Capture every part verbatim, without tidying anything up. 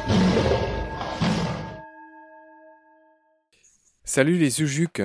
Salut les Ujuks.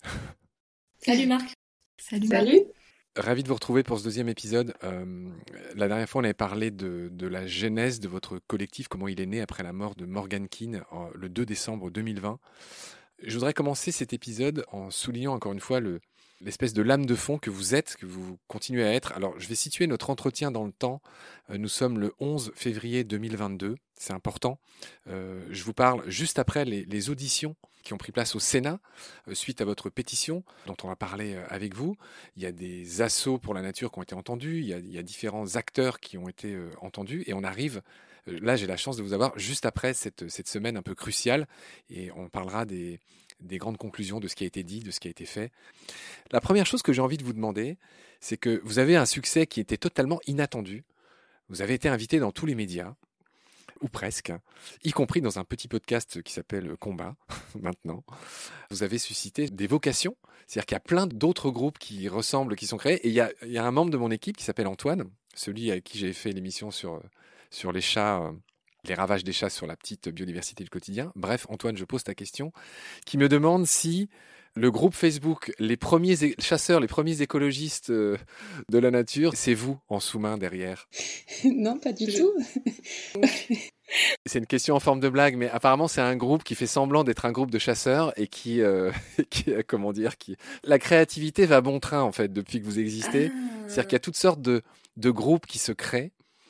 Salut Marc. Salut. Salut. Ravi de vous retrouver pour ce deuxième épisode. Euh, la dernière fois, on avait parlé de, de la genèse de votre collectif, comment il est né après la mort de Morgan Keane en- le deux décembre deux mille vingt. Je voudrais commencer cet épisode en soulignant encore une fois le, l'espèce de lame de fond que vous êtes, que vous continuez à être. Alors, je vais situer notre entretien dans le temps. Euh, nous sommes le onze février deux mille vingt-deux. C'est important. Euh, je vous parle juste après les, les auditions qui ont pris place au Sénat euh, suite à votre pétition dont on va parler euh, avec vous. Il y a des assauts pour la nature qui ont été entendus. Il y a, il y a différents acteurs qui ont été euh, entendus. Et on arrive, euh, là j'ai la chance de vous avoir juste après cette, cette semaine un peu cruciale. Et on parlera des, des grandes conclusions de ce qui a été dit, de ce qui a été fait. La première chose que j'ai envie de vous demander, c'est que vous avez un succès qui était totalement inattendu. Vous avez été invité dans tous les médias, ou presque, y compris dans un petit podcast qui s'appelle Combat, maintenant. Vous avez suscité des vocations, c'est-à-dire qu'il y a plein d'autres groupes qui ressemblent, qui sont créés, et il y a, il y a un membre de mon équipe qui s'appelle Antoine, celui avec qui j'ai fait l'émission sur, sur les chats, euh, les ravages des chats sur la petite biodiversité du quotidien. Bref, Antoine, je pose ta question, qui me demande si le groupe Facebook, les premiers é- chasseurs, les premiers écologistes euh, de la nature, c'est vous en sous-main derrière. Non, pas du Je- tout. C'est une question en forme de blague, mais apparemment c'est un groupe qui fait semblant d'être un groupe de chasseurs et qui, euh, qui euh, comment dire, qui la créativité va bon train en fait depuis que vous existez. C'est-à-dire qu'il y a toutes sortes de, de groupes qui se créent,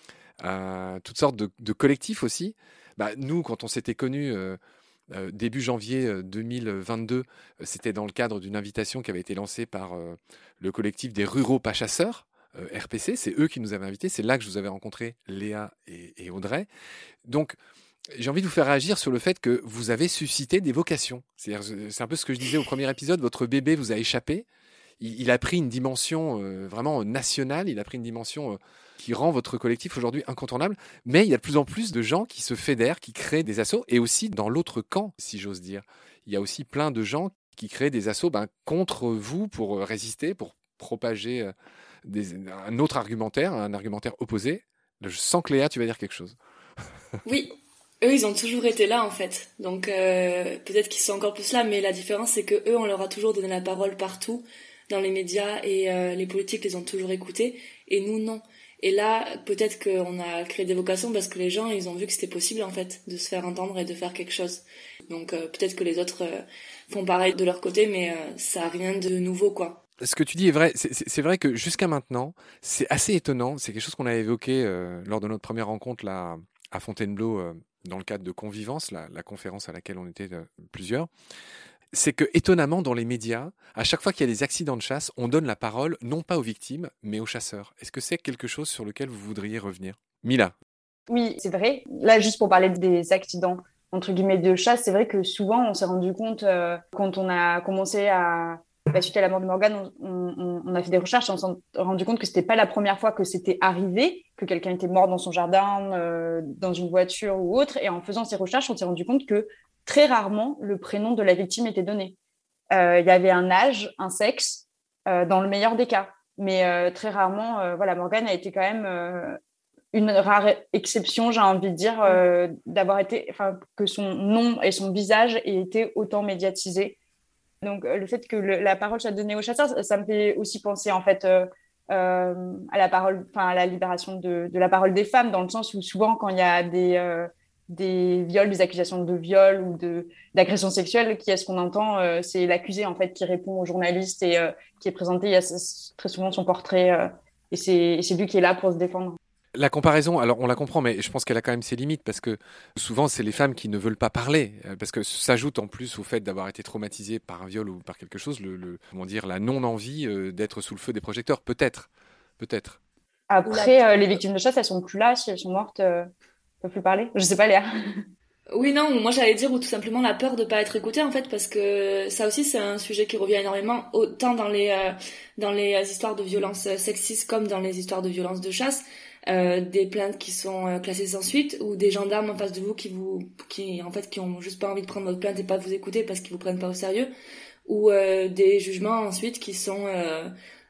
euh, toutes sortes de, de collectifs aussi. Bah, nous, quand on s'était connus euh, euh, début janvier euh, deux mille vingt-deux, euh, c'était dans le cadre d'une invitation qui avait été lancée par euh, le collectif des ruraux pas chasseurs, euh, R P C. C'est eux qui nous avaient invités. C'est là que je vous avais rencontré, Léa et, et Audrey. Donc, j'ai envie de vous faire réagir sur le fait que vous avez suscité des vocations. C'est-à-dire, c'est un peu ce que je disais au premier épisode, votre bébé vous a échappé. Il, il a pris une dimension euh, vraiment nationale, il a pris une dimension euh, qui rend votre collectif aujourd'hui incontournable. Mais il y a de plus en plus de gens qui se fédèrent, qui créent des assos, et aussi dans l'autre camp, si j'ose dire. Il y a aussi plein de gens qui créent des assos ben, contre vous pour euh, résister, pour propager euh, des- un autre argumentaire, un argumentaire opposé. Je sens que Léa, tu vas dire quelque chose. Oui, eux ils ont toujours été là en fait. Donc euh, peut-être qu'ils sont encore plus là, mais la différence c'est que eux on leur a toujours donné la parole partout dans les médias et euh, les politiques les ont toujours écoutés et nous non. Et là peut-être qu'on a créé des vocations parce que les gens ils ont vu que c'était possible en fait de se faire entendre et de faire quelque chose. Donc euh, peut-être que les autres euh, font pareil de leur côté, mais euh, ça a rien de nouveau quoi. Ce que tu dis est vrai. C'est c'est- c'est vrai que jusqu'à maintenant, c'est assez étonnant. C'est quelque chose qu'on a évoqué euh, lors de notre première rencontre là, à Fontainebleau, euh, dans le cadre de Convivence, la, la conférence à laquelle on était euh, plusieurs. C'est que, étonnamment, dans les médias, à chaque fois qu'il y a des accidents de chasse, on donne la parole non pas aux victimes, mais aux chasseurs. Est-ce que c'est quelque chose sur lequel vous voudriez revenir? Mila. Oui, c'est vrai. Là, juste pour parler des accidents, entre guillemets, de chasse, c'est vrai que souvent, on s'est rendu compte, euh, quand on a commencé à, bah, suite à la mort de Morgane, on, on- on a fait des recherches et on s'est rendu compte que c'était pas la première fois que c'était arrivé, que quelqu'un était mort dans son jardin, euh, dans une voiture ou autre. Et en faisant ces recherches, on s'est rendu compte que très rarement, le prénom de la victime était donné. Euh, Il y avait un âge, un sexe, euh, dans le meilleur des cas. Mais euh, très rarement, euh, voilà, Morgane a été quand même euh, une rare exception, j'ai envie de dire, euh, d'avoir été, enfin, que son nom et son visage aient été autant médiatisés. Donc, euh, le fait que le- la parole soit donnée aux chasseurs, ça, ça me fait aussi penser, en fait, euh, euh, à la parole, enfin, à la libération de, de la parole des femmes, dans le sens où souvent, quand il y a des, euh, des viols, des accusations de viol ou de, d'agression sexuelle, qui est-ce qu'on entend? Euh, c'est l'accusé, en fait, qui répond au journaliste et euh, qui est présenté. Il y a s- très souvent son portrait, euh, et c'est, et c'est lui qui est là pour se défendre. La comparaison, alors on la comprend, mais je pense qu'elle a quand même ses limites parce que souvent c'est les femmes qui ne veulent pas parler, euh, parce que s'ajoute en plus au fait d'avoir été traumatisées par un viol ou par quelque chose, le, le- comment dire, la non-envie euh, d'être sous le feu des projecteurs, peut-être, peut-être. Après, euh, les victimes de chasse, elles sont plus là. Si elles sont mortes, euh, elles peuvent plus parler. Je sais pas, Léa. Oui, non, moi j'allais dire ou tout simplement la peur de pas être écouté en fait parce que ça aussi c'est un sujet qui revient énormément autant dans les euh, dans les euh, histoires de violences sexistes comme dans les histoires de violences de chasse, euh, des plaintes qui sont euh, classées sans suite ou des gendarmes en face de vous qui vous qui en fait qui ont juste pas envie de prendre votre plainte et pas vous écouter parce qu'ils vous prennent pas au sérieux ou euh, des jugements ensuite qui sont euh,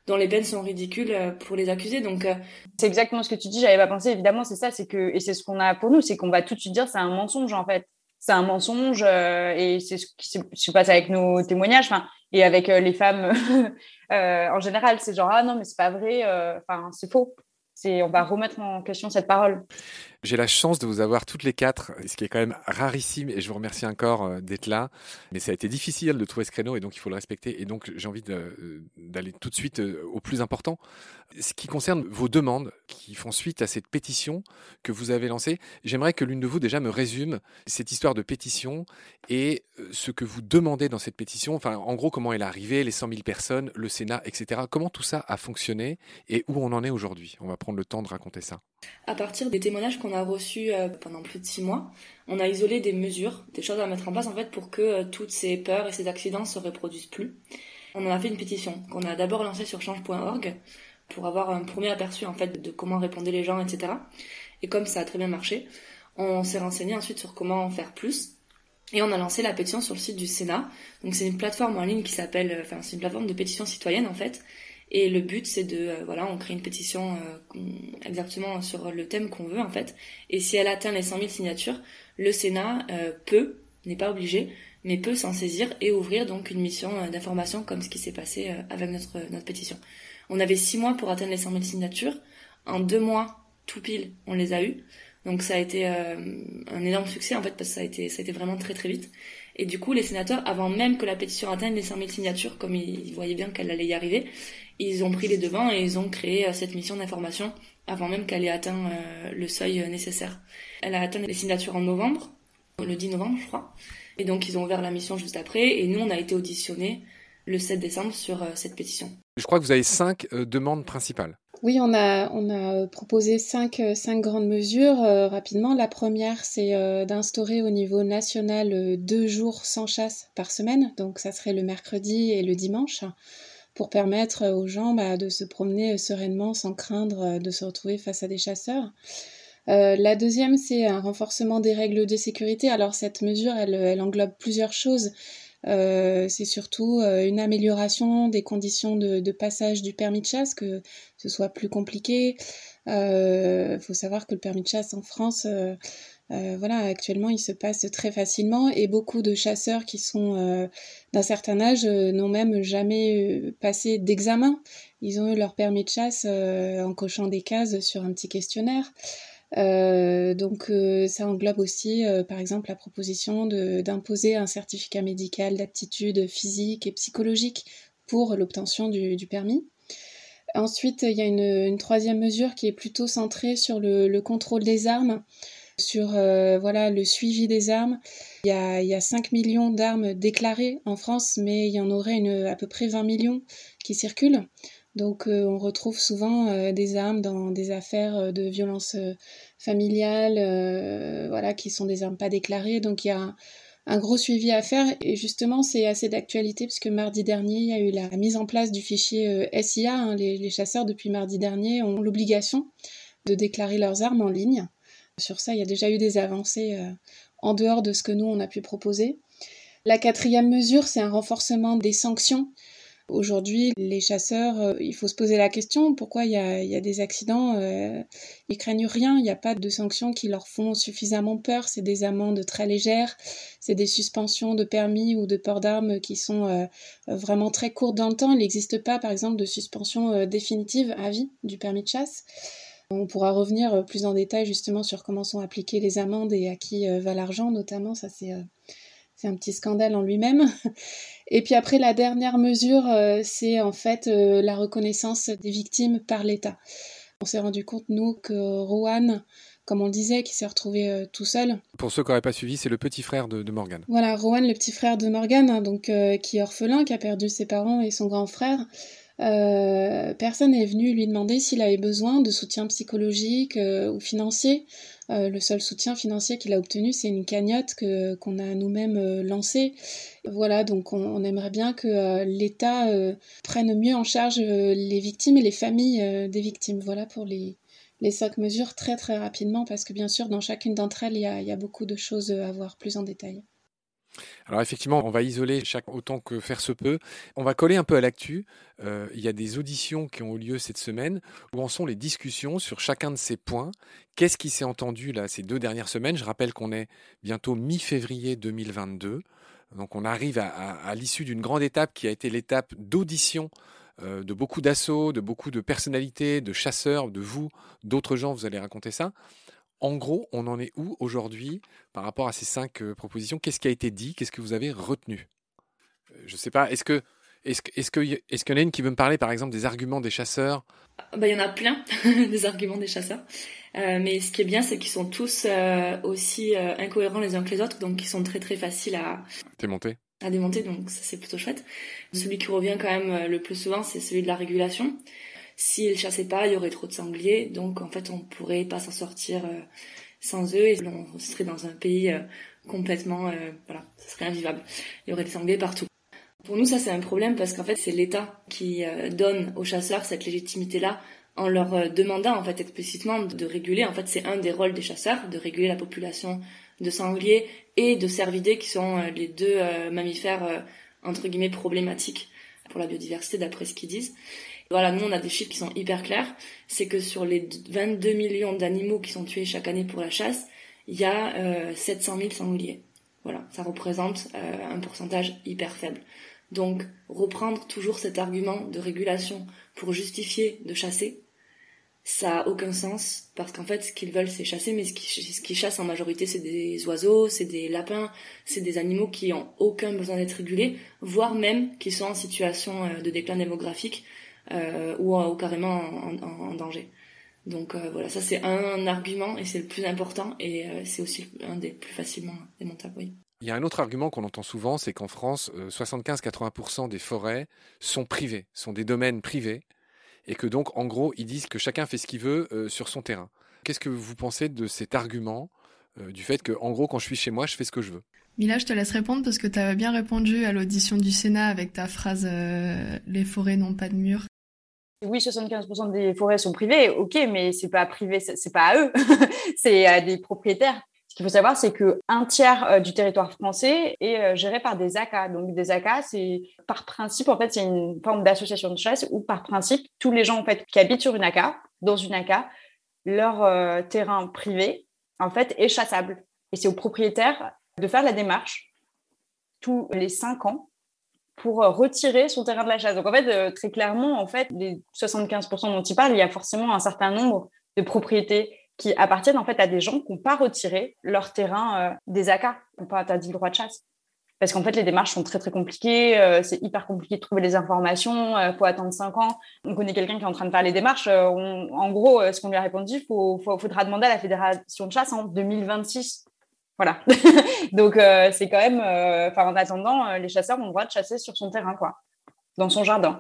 dont les peines sont ridicules pour les accusés. Donc, euh... c'est exactement ce que tu dis. J'avais pas pensé. Évidemment, c'est ça. C'est que et c'est ce qu'on a pour nous, c'est qu'on va tout de suite dire c'est un mensonge en fait. C'est un mensonge euh, et c'est ce qui se passe avec nos témoignages. Enfin, et avec euh, les femmes euh, en général, c'est genre ah non mais c'est pas vrai. Enfin, euh, c'est faux. C'est on va remettre en question cette parole. J'ai la chance de vous avoir toutes les quatre, ce qui est quand même rarissime et je vous remercie encore d'être là. Mais ça a été difficile de trouver ce créneau et donc il faut le respecter. Et donc j'ai envie de, d'aller tout de suite au plus important. Ce qui concerne vos demandes qui font suite à cette pétition que vous avez lancée, j'aimerais que l'une de vous déjà me résume cette histoire de pétition et ce que vous demandez dans cette pétition. Enfin, en gros, comment elle est arrivée, les cent mille personnes, le Sénat, et cetera. Comment tout ça a fonctionné et où on en est aujourd'hui. On va prendre le temps de raconter ça. À partir des témoignages qu'on a reçus euh, pendant plus de six mois, on a isolé des mesures, des choses à mettre en place en fait pour que euh, toutes ces peurs et ces accidents se reproduisent plus. On en a fait une pétition qu'on a d'abord lancée sur change point org pour avoir un premier aperçu en fait de comment répondaient les gens, et cetera. Et comme ça a très bien marché, on s'est renseigné ensuite sur comment en faire plus. Et on a lancé la pétition sur le site du Sénat. Donc c'est une plateforme en ligne qui s'appelle, enfin c'est une plateforme de pétition citoyenne en fait. Et le but, c'est de, euh, voilà, on crée une pétition euh, exactement sur le thème qu'on veut, en fait. Et si elle atteint les cent mille signatures, le Sénat euh, peut, n'est pas obligé, mais peut s'en saisir et ouvrir donc une mission euh, d'information comme ce qui s'est passé euh, avec notre, notre pétition. On avait six mois pour atteindre les cent mille signatures. En deux mois, tout pile, on les a eus. Donc ça a été euh, un énorme succès, en fait, parce que ça a été, ça a été vraiment très très vite. Et du coup, les sénateurs, avant même que la pétition atteigne les cent mille signatures, comme ils, ils voyaient bien qu'elle allait y arriver, ils ont pris les devants et ils ont créé cette mission d'information avant même qu'elle ait atteint euh, le seuil nécessaire. Elle a atteint les signatures en novembre, le dix novembre je crois, et donc ils ont ouvert la mission juste après, et nous on a été auditionnés le sept décembre sur euh, cette pétition. Je crois que vous avez cinq euh, demandes principales. Oui, on a, on a proposé cinq, cinq grandes mesures euh, rapidement. La première, c'est euh, d'instaurer au niveau national euh, deux jours sans chasse par semaine, donc ça serait le mercredi et le dimanche, pour permettre aux gens bah, de se promener sereinement sans craindre de se retrouver face à des chasseurs. Euh, la deuxième, c'est un renforcement des règles de sécurité. Alors cette mesure, elle, elle englobe plusieurs choses. Euh, c'est surtout euh, une amélioration des conditions de, de passage du permis de chasse, que ce soit plus compliqué. Il euh, faut savoir que le permis de chasse en France, euh, euh, voilà, actuellement, il se passe très facilement et beaucoup de chasseurs qui sont euh, d'un certain âge euh, n'ont même jamais passé d'examen. Ils ont eu leur permis de chasse euh, en cochant des cases sur un petit questionnaire. Euh, donc euh, ça englobe aussi euh, par exemple la proposition de, d'imposer un certificat médical d'aptitude physique et psychologique pour l'obtention du, du permis. Ensuite il y a une, une troisième mesure qui est plutôt centrée sur le, le contrôle des armes, sur euh, voilà, le suivi des armes. Il y a, il y a cinq millions d'armes déclarées en France, mais il y en aurait une, à peu près vingt millions qui circulent. Donc euh, on retrouve souvent euh, des armes dans des affaires de violence euh, familiale, euh, voilà, qui sont des armes pas déclarées. Donc il y a un, un gros suivi à faire. Et justement, c'est assez d'actualité puisque mardi dernier, il y a eu la mise en place du fichier euh, S I A. Hein. Les, les chasseurs, depuis mardi dernier, ont l'obligation de déclarer leurs armes en ligne. Sur ça, il y a déjà eu des avancées euh, en dehors de ce que nous, on a pu proposer. La quatrième mesure, c'est un renforcement des sanctions. Aujourd'hui, les chasseurs, euh, il faut se poser la question, pourquoi il y a, il y a des accidents, euh, ils craignent rien, il n'y a pas de sanctions qui leur font suffisamment peur, c'est des amendes très légères, c'est des suspensions de permis ou de port d'armes qui sont euh, vraiment très courtes dans le temps. Il n'existe pas, par exemple, de suspension euh, définitive à vie du permis de chasse. On pourra revenir plus en détail justement sur comment sont appliquées les amendes et à qui euh, va l'argent, notamment, ça c'est... Euh, C'est un petit scandale en lui-même. Et puis après, la dernière mesure, euh, c'est en fait euh, la reconnaissance des victimes par l'État. On s'est rendu compte, nous, que Rowan, comme on le disait, qui s'est retrouvé euh, tout seul. Pour ceux qui n'auraient pas suivi, c'est le petit frère de, de Morgan. Voilà, Rowan, le petit frère de Morgan, hein, donc, euh, qui est orphelin, qui a perdu ses parents et son grand frère. Euh, personne n'est venu lui demander s'il avait besoin de soutien psychologique euh, ou financier. Euh, le seul soutien financier qu'il a obtenu, c'est une cagnotte que, qu'on a nous-mêmes euh, lancée. Voilà, donc on, on aimerait bien que euh, l'État euh, prenne mieux en charge euh, les victimes et les familles euh, des victimes. Voilà pour les, les cinq mesures très très rapidement, parce que bien sûr, dans chacune d'entre elles, il y a, il y a beaucoup de choses à voir plus en détail. Alors effectivement, on va isoler chaque autant que faire se peut. On va coller un peu à l'actu. Euh, il y a des auditions qui ont eu lieu cette semaine. Où en sont les discussions sur chacun de ces points? Qu'est-ce qui s'est entendu là ces deux dernières semaines? Je rappelle qu'on est bientôt mi-février deux mille vingt-deux. Donc on arrive à, à- à l'issue d'une grande étape qui a été l'étape d'audition euh, de beaucoup d'assauts, de beaucoup de personnalités, de chasseurs, de vous, d'autres gens, vous allez raconter ça. En gros, on en est où aujourd'hui par rapport à ces cinq euh, propositions? Qu'est-ce qui a été dit? Qu'est-ce que vous avez retenu? Euh, Je ne sais pas, est-ce que, est-ce que, est-ce que, y- est-ce qu'il y en a une qui veut me parler, par exemple, des arguments des chasseurs? Bah, il y en a plein, des arguments des chasseurs. Euh, mais ce qui est bien, c'est qu'ils sont tous euh, aussi euh, incohérents les uns que les autres, donc ils sont très très faciles à, T'es monté? à démonter, donc ça c'est plutôt chouette. Celui qui revient quand même euh, le plus souvent, c'est celui de la régulation. S'ils chassaient pas, il y aurait trop de sangliers, donc en fait on pourrait pas s'en sortir euh, sans eux, et on serait dans un pays euh, complètement, euh, voilà, ça serait invivable. Il y aurait des sangliers partout. Pour nous, ça c'est un problème parce qu'en fait c'est l'État qui euh, donne aux chasseurs cette légitimité-là en leur euh, demandant en fait explicitement de, de réguler. En fait, c'est un des rôles des chasseurs de réguler la population de sangliers et de cervidés qui sont euh, les deux euh, mammifères euh, entre guillemets problématiques pour la biodiversité d'après ce qu'ils disent. Voilà, nous on a des chiffres qui sont hyper clairs. C'est que sur les vingt-deux millions d'animaux qui sont tués chaque année pour la chasse, il y a euh, sept cent mille sangliers. Voilà, ça représente euh, un pourcentage hyper faible. Donc, reprendre toujours cet argument de régulation pour justifier de chasser, ça a aucun sens, parce qu'en fait, ce qu'ils veulent, c'est chasser, mais ce qu'ils, ce qu'ils chassent en majorité, c'est des oiseaux, c'est des lapins, c'est des animaux qui ont aucun besoin d'être régulés, voire même qui sont en situation de déclin démographique, euh, ou, ou carrément en, en, en danger. Donc euh, voilà, ça c'est un argument, et c'est le plus important, et euh, c'est aussi un des plus facilement démontables, oui. Il y a un autre argument qu'on entend souvent, c'est qu'en France, euh, soixante-quinze à quatre-vingts pour cent des forêts sont privées, sont des domaines privés, et que donc, en gros, ils disent que chacun fait ce qu'il veut euh, sur son terrain. Qu'est-ce que vous pensez de cet argument, euh, du fait que, en gros, quand je suis chez moi, je fais ce que je veux? Mila, je te laisse répondre parce que tu avais bien répondu à l'audition du Sénat avec ta phrase euh, « Les forêts n'ont pas de mur ». Oui, soixante-quinze pour cent des forêts sont privées, ok, mais c'est pas privé, c'est pas à eux, c'est à des propriétaires. Ce qu'il faut savoir, c'est qu'un tiers du territoire français est géré par des A C A. Donc, des A C A, c'est par principe, en fait, c'est une forme d'association de chasse où, par principe, tous les gens en fait, qui habitent sur une A C A, dans une A C A, leur euh, terrain privé, en fait, est chassable. Et c'est au propriétaire de faire la démarche tous les cinq ans pour retirer son terrain de la chasse. Donc, en fait, euh, très clairement, en fait, les soixante-quinze pour cent dont il parle, il y a forcément un certain nombre de propriétés qui appartiennent en fait à des gens qui n'ont pas retiré leur terrain euh, des A C A, qui n'ont pas interdit le droit de chasse. Parce qu'en fait, les démarches sont très, très compliquées. Euh, c'est hyper compliqué de trouver les informations. Il euh, faut attendre cinq ans. On connaît quelqu'un qui est en train de faire les démarches. Euh, on, en gros, euh, ce qu'on lui a répondu, il faut, faut, faudra demander à la Fédération de chasse en deux mille vingt-six. Voilà. Donc, euh, c'est quand même... Euh, en attendant, euh, les chasseurs ont le droit de chasser sur son terrain, quoi, dans son jardin.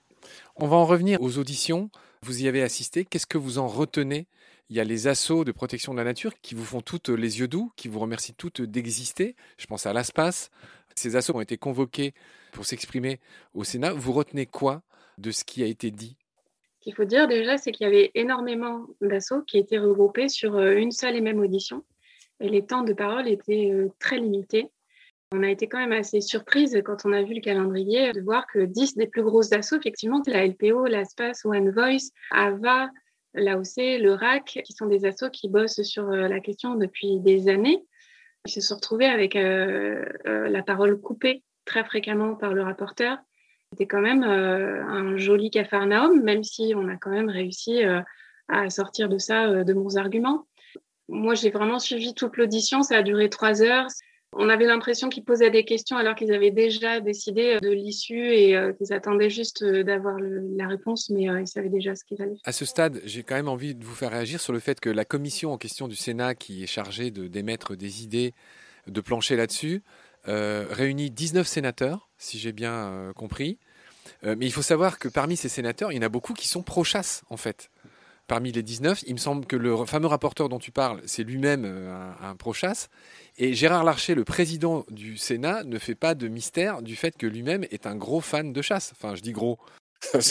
On va en revenir aux auditions. Vous y avez assisté. Qu'est-ce que vous en retenez? Il y a les assos de protection de la nature qui vous font toutes les yeux doux, qui vous remercient toutes d'exister. Je pense à l'ASPAS. Ces assos ont été convoqués pour s'exprimer au Sénat. Vous retenez quoi de ce qui a été dit? Ce qu'il faut dire déjà, c'est qu'il y avait énormément d'assos qui étaient regroupés sur une seule et même audition. Et les temps de parole étaient très limités. On a été quand même assez surprise quand on a vu le calendrier de voir que dix des plus grosses assos, effectivement, la L P O, l'ASPAS, One Voice, A V A, l'A O C, le R A C, qui sont des assos qui bossent sur la question depuis des années. Ils se sont retrouvés avec euh, euh, la parole coupée très fréquemment par le rapporteur. C'était quand même euh, un joli capharnaüm, même si on a quand même réussi euh, à sortir de ça euh, de bons arguments. Moi, j'ai vraiment suivi toute l'audition. Ça a duré trois heures. On avait l'impression qu'ils posaient des questions alors qu'ils avaient déjà décidé de l'issue et euh, qu'ils attendaient juste d'avoir le, la réponse, mais euh, ils savaient déjà ce qu'il allait faire. À ce stade, j'ai quand même envie de vous faire réagir sur le fait que la commission en question du Sénat, qui est chargée de d'émettre des idées, de plancher là-dessus, euh, réunit dix-neuf sénateurs, si j'ai bien euh, compris. Euh, mais il faut savoir que parmi ces sénateurs, il y en a beaucoup qui sont pro-chasse, en fait. Parmi les dix-neuf, il me semble que le fameux rapporteur dont tu parles, c'est lui-même un, un pro-chasse. Et Gérard Larcher, le président du Sénat, ne fait pas de mystère du fait que lui-même est un gros fan de chasse. Enfin, je dis gros. Pas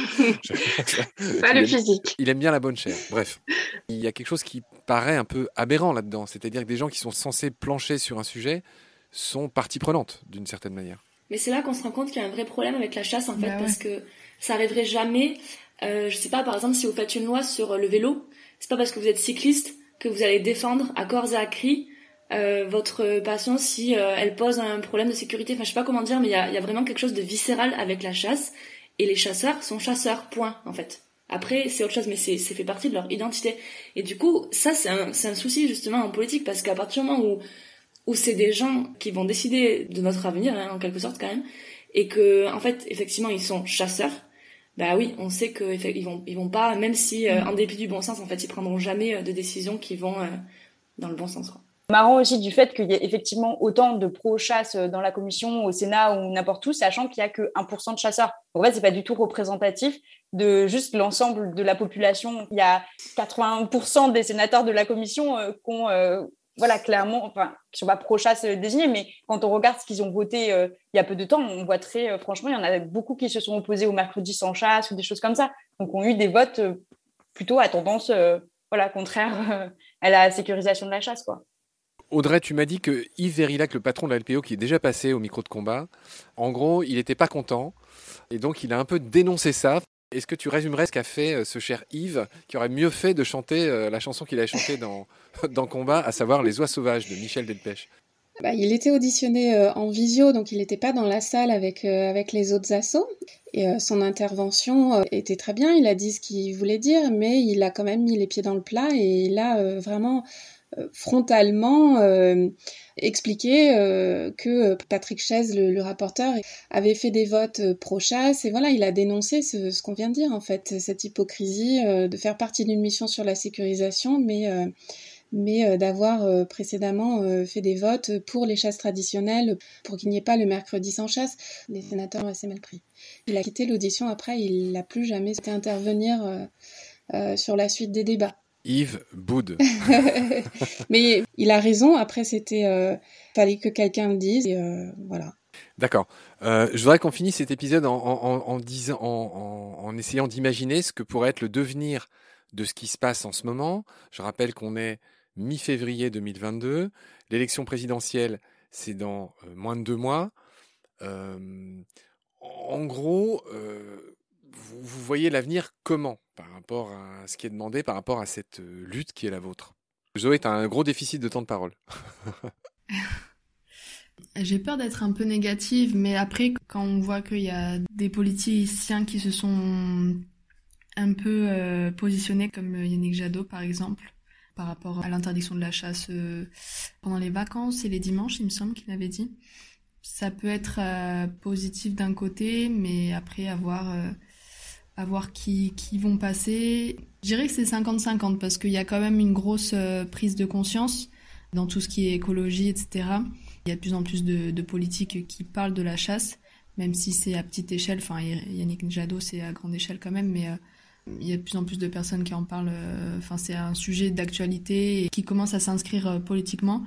le physique. Il aime bien la bonne chair. Bref, il y a quelque chose qui paraît un peu aberrant là-dedans. C'est-à-dire que des gens qui sont censés plancher sur un sujet sont partie prenante d'une certaine manière. Mais c'est là qu'on se rend compte qu'il y a un vrai problème avec la chasse, en fait, Bah ouais. parce que ça arriverait jamais. Euh, je sais pas, par exemple, si vous faites une loi sur le vélo, c'est pas parce que vous êtes cycliste que vous allez défendre à corps et à cri euh, votre passion si euh, elle pose un problème de sécurité. Enfin, je sais pas comment dire, mais il y a, y a vraiment quelque chose de viscéral avec la chasse. Et les chasseurs sont chasseurs, point, en fait. Après, c'est autre chose, mais c'est, c'est fait partie de leur identité. Et du coup, ça, c'est un, c'est un souci, justement, en politique, parce qu'à partir du moment où, où c'est des gens qui vont décider de notre avenir, hein, en quelque sorte, quand même, et que, en fait, effectivement, ils sont chasseurs, bah oui, on sait qu'ils vont, ils vont pas, même si, euh, en dépit du bon sens, en fait, ils prendront jamais de décisions qui vont euh, dans le bon sens, quoi. Marrant aussi du fait qu'il y ait effectivement autant de pro-chasse dans la commission, au Sénat ou n'importe où, sachant qu'il n'y a que un pour cent de chasseurs. En fait, c'est pas du tout représentatif de juste l'ensemble de la population. Il y a quatre-vingts pour cent des sénateurs de la commission euh, qui ont, euh, voilà, clairement, enfin, qui sont pas pro-chasse euh, désignés, mais quand on regarde ce qu'ils ont voté euh, il y a peu de temps, on voit très, euh, franchement, il y en a beaucoup qui se sont opposés au mercredi sans chasse ou des choses comme ça. Donc, ont eu des votes euh, plutôt à tendance, euh, voilà, contraire euh, à la sécurisation de la chasse, quoi. Audrey, tu m'as dit que Yves Verillac, le patron de la L P O, qui est déjà passé au micro de combat, en gros, il n'était pas content et donc il a un peu dénoncé ça. Est-ce que tu résumerais ce qu'a fait ce cher Yves, qui aurait mieux fait de chanter la chanson qu'il a chantée dans, dans Combat, à savoir Les Oies Sauvages de Michel Delpech? Bah, il était auditionné euh, en visio, donc il n'était pas dans la salle avec, euh, avec les autres assos. Et euh, son intervention euh, était très bien, il a dit ce qu'il voulait dire, mais il a quand même mis les pieds dans le plat et il a euh, vraiment euh, frontalement euh, expliqué euh, que Patrick Chaize, le, le rapporteur, avait fait des votes euh, pro-chasse. Et voilà, il a dénoncé ce, ce qu'on vient de dire, en fait, cette hypocrisie euh, de faire partie d'une mission sur la sécurisation, mais... Euh, mais euh, d'avoir euh, précédemment euh, fait des votes pour les chasses traditionnelles, pour qu'il n'y ait pas le mercredi sans chasse. Les sénateurs ont assez mal pris. Il a quitté l'audition après, il n'a plus jamais été intervenir euh, euh, sur la suite des débats. Yves boude. Mais il a raison, après c'était... Euh, fallait que quelqu'un le dise, et euh, voilà. D'accord. Euh, je voudrais qu'on finisse cet épisode en, en, en, disant, en, en, en essayant d'imaginer ce que pourrait être le devenir de ce qui se passe en ce moment. Je rappelle qu'on est mi-février deux mille vingt-deux. L'élection présidentielle, c'est dans euh, moins de deux mois. Euh, en gros, euh, vous, vous voyez l'avenir comment par rapport à ce qui est demandé, par rapport à cette lutte qui est la vôtre? Zoé, tu as un gros déficit de temps de parole. J'ai peur d'être un peu négative, mais après, quand on voit qu'il y a des politiciens qui se sont un peu euh, positionnés, comme Yannick Jadot par exemple, par rapport à l'interdiction de la chasse euh, pendant les vacances et les dimanches, il me semble qu'il avait dit. Ça peut être euh, positif d'un côté, mais après, à voir, euh, à voir qui, qui vont passer. Je dirais que c'est cinquante cinquante, parce qu'il y a quand même une grosse euh, prise de conscience dans tout ce qui est écologie, et cetera. Il y a de plus en plus de, de politiques qui parlent de la chasse, même si c'est à petite échelle. Enfin, Yannick Jadot, c'est à grande échelle quand même, mais... Euh, il y a de plus en plus de personnes qui en parlent. Enfin, euh, c'est un sujet d'actualité et qui commence à s'inscrire euh, politiquement.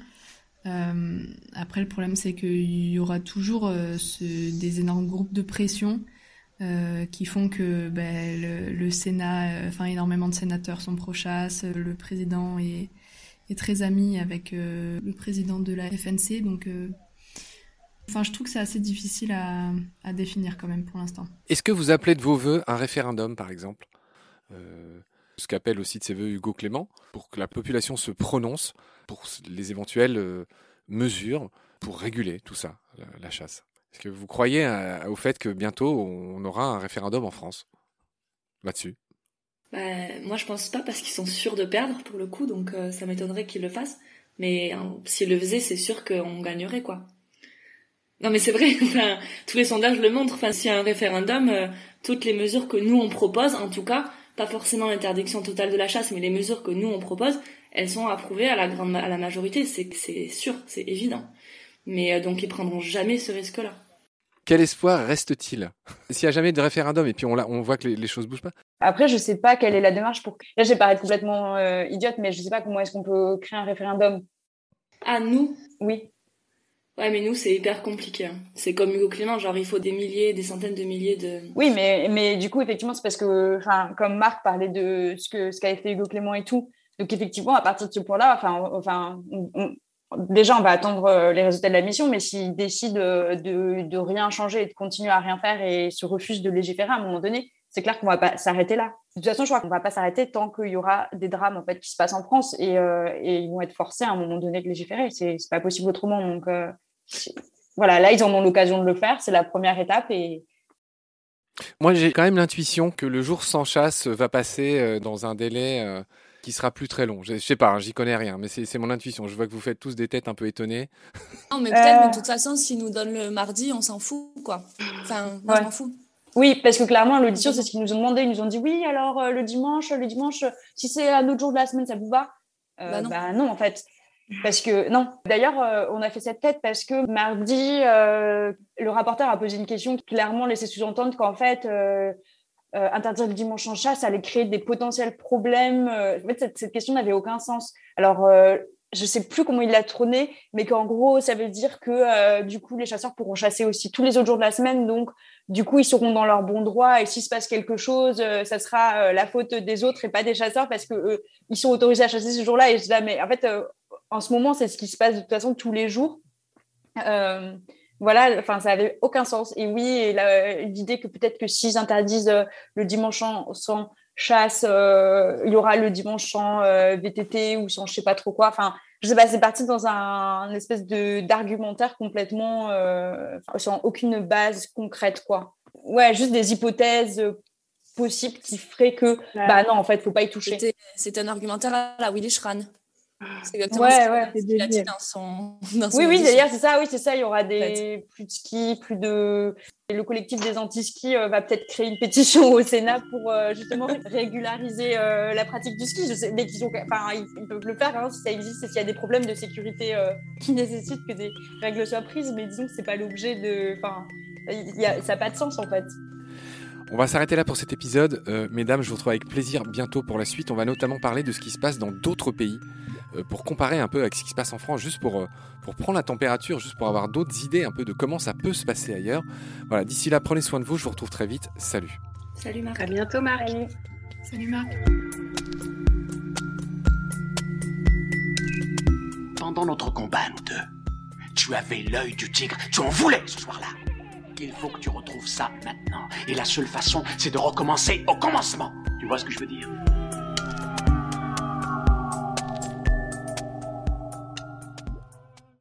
Euh, après, le problème, c'est qu'il y aura toujours euh, ce, des énormes groupes de pression euh, qui font que ben, le, le Sénat, enfin, euh, énormément de sénateurs sont pro-chasse. Le président est, est très ami avec euh, le président de la F N C. Donc, euh, enfin, je trouve que c'est assez difficile à, à définir quand même pour l'instant. Est-ce que vous appelez de vos voeux un référendum, par exemple? Euh, ce qu'appelle aussi de ses voeux Hugo Clément, pour que la population se prononce pour les éventuelles euh, mesures pour réguler tout ça, la, la chasse. Est-ce que vous croyez à, au fait que bientôt on aura un référendum en France là-dessus? Bah, moi je pense pas, parce qu'ils sont sûrs de perdre pour le coup, donc euh, ça m'étonnerait qu'ils le fassent. Mais hein, s'ils le faisaient, c'est sûr qu'on gagnerait, quoi. Non mais c'est vrai, enfin, tous les sondages le montrent. Enfin, s'il y a un référendum, euh, toutes les mesures que nous on propose, en tout cas, pas forcément l'interdiction totale de la chasse, mais les mesures que nous on propose, elles sont approuvées à la grande, à la majorité. C'est, c'est sûr, c'est évident. Mais euh, donc ils prendront jamais ce risque-là. Quel espoir reste-t-il s'il n'y a jamais de référendum et puis on, on voit que les, les choses bougent pas? Après, je sais pas quelle est la démarche pour. Là, je vais paraître complètement euh, idiote, mais je sais pas comment est-ce qu'on peut créer un référendum. Ah, nous? Oui. Ouais, mais nous, c'est hyper compliqué. Hein. C'est comme Hugo Clément, genre il faut des milliers, des centaines de milliers de... Oui, mais, mais du coup, effectivement, c'est parce que, enfin, comme Marc parlait de ce que ce qu'avait fait Hugo Clément et tout, donc effectivement, à partir de ce point-là, enfin, enfin, on, on, déjà, on va attendre les résultats de la mission, mais s'ils décident de, de rien changer et de continuer à rien faire et se refusent de légiférer à un moment donné, c'est clair qu'on va pas s'arrêter là. De toute façon, je crois qu'on va pas s'arrêter tant qu'il y aura des drames en fait qui se passent en France et, euh, et ils vont être forcés à un moment donné de légiférer. C'est, c'est pas possible autrement. Donc euh, voilà, là ils en ont l'occasion de le faire. C'est la première étape et moi j'ai quand même l'intuition que le jour sans chasse va passer dans un délai euh, qui sera plus très long. Je, je sais pas, hein, j'y connais rien, mais c'est, c'est mon intuition. Je vois que vous faites tous des têtes un peu étonnées. Non, mais peut-être. Euh... Mais de toute façon, s'ils nous donnent le mardi, on s'en fout, quoi. Enfin, moi, ouais. je m'en fous. Oui, parce que clairement, l'audition, c'est ce qu'ils nous ont demandé. Ils nous ont dit, oui, alors euh, le dimanche, le dimanche, si c'est un autre jour de la semaine, ça vous va euh, bah, non. bah non, en fait. Parce que, non. D'ailleurs, euh, on a fait cette tête parce que mardi, euh, le rapporteur a posé une question qui clairement laissait sous-entendre qu'en fait, euh, euh, interdire le dimanche en chasse, ça allait créer des potentiels problèmes. En fait, cette, cette question n'avait aucun sens. Alors, euh, je sais plus comment il l'a trôné, mais qu'en gros, ça veut dire que euh, du coup, les chasseurs pourront chasser aussi tous les autres jours de la semaine. Donc, du coup, ils seront dans leur bon droit. Et s'il se passe quelque chose, euh, ça sera euh, la faute des autres et pas des chasseurs parce que euh, ils sont autorisés à chasser ce jour-là. Et je dis là, mais en fait, euh, en ce moment, c'est ce qui se passe de toute façon tous les jours. Euh, voilà, enfin, ça avait aucun sens. Et oui, et la, l'idée que peut-être que s'ils interdisent euh, le dimanche sans chasse, euh, il y aura le dimanche sans euh, V T T ou sans je sais pas trop quoi. Enfin, je sais pas, c'est parti dans un, un espèce de d'argumentaire complètement euh, sans aucune base concrète, quoi. Ouais, juste des hypothèses possibles qui feraient que, ouais. bah non, en fait, faut pas y toucher. C'était, c'était un argumentaire à la Willy Schran. C'est exactement ouais, ça ouais, qu'il a dit dans son, dans son oui, audition. oui, d'ailleurs, c'est ça, oui, c'est ça. Il y aura des plus de ski, plus de. Et le collectif des anti-ski euh, va peut-être créer une pétition au Sénat pour euh, justement régulariser euh, la pratique du ski. Je sais, dès qu'ils ont, enfin, ils, ils peuvent le faire hein, si ça existe et s'il y a des problèmes de sécurité euh, qui nécessitent que des règles soient prises. Mais disons que c'est pas l'objet de. Enfin, y a, ça n'a pas de sens en fait. On va s'arrêter là pour cet épisode. Euh, mesdames, je vous retrouve avec plaisir bientôt pour la suite. On va notamment parler de ce qui se passe dans d'autres pays euh, pour comparer un peu avec ce qui se passe en France, juste pour, euh, pour prendre la température, juste pour avoir d'autres idées un peu de comment ça peut se passer ailleurs. Voilà, d'ici là, prenez soin de vous. Je vous retrouve très vite. Salut. Salut Marc. À bientôt Marc. Salut, Salut Marc. Pendant notre combat, nous deux, tu avais l'œil du tigre. Tu en voulais ce soir-là. Il faut que tu retrouves ça maintenant. Et la seule façon, c'est de recommencer au commencement. Tu vois ce que je veux dire ?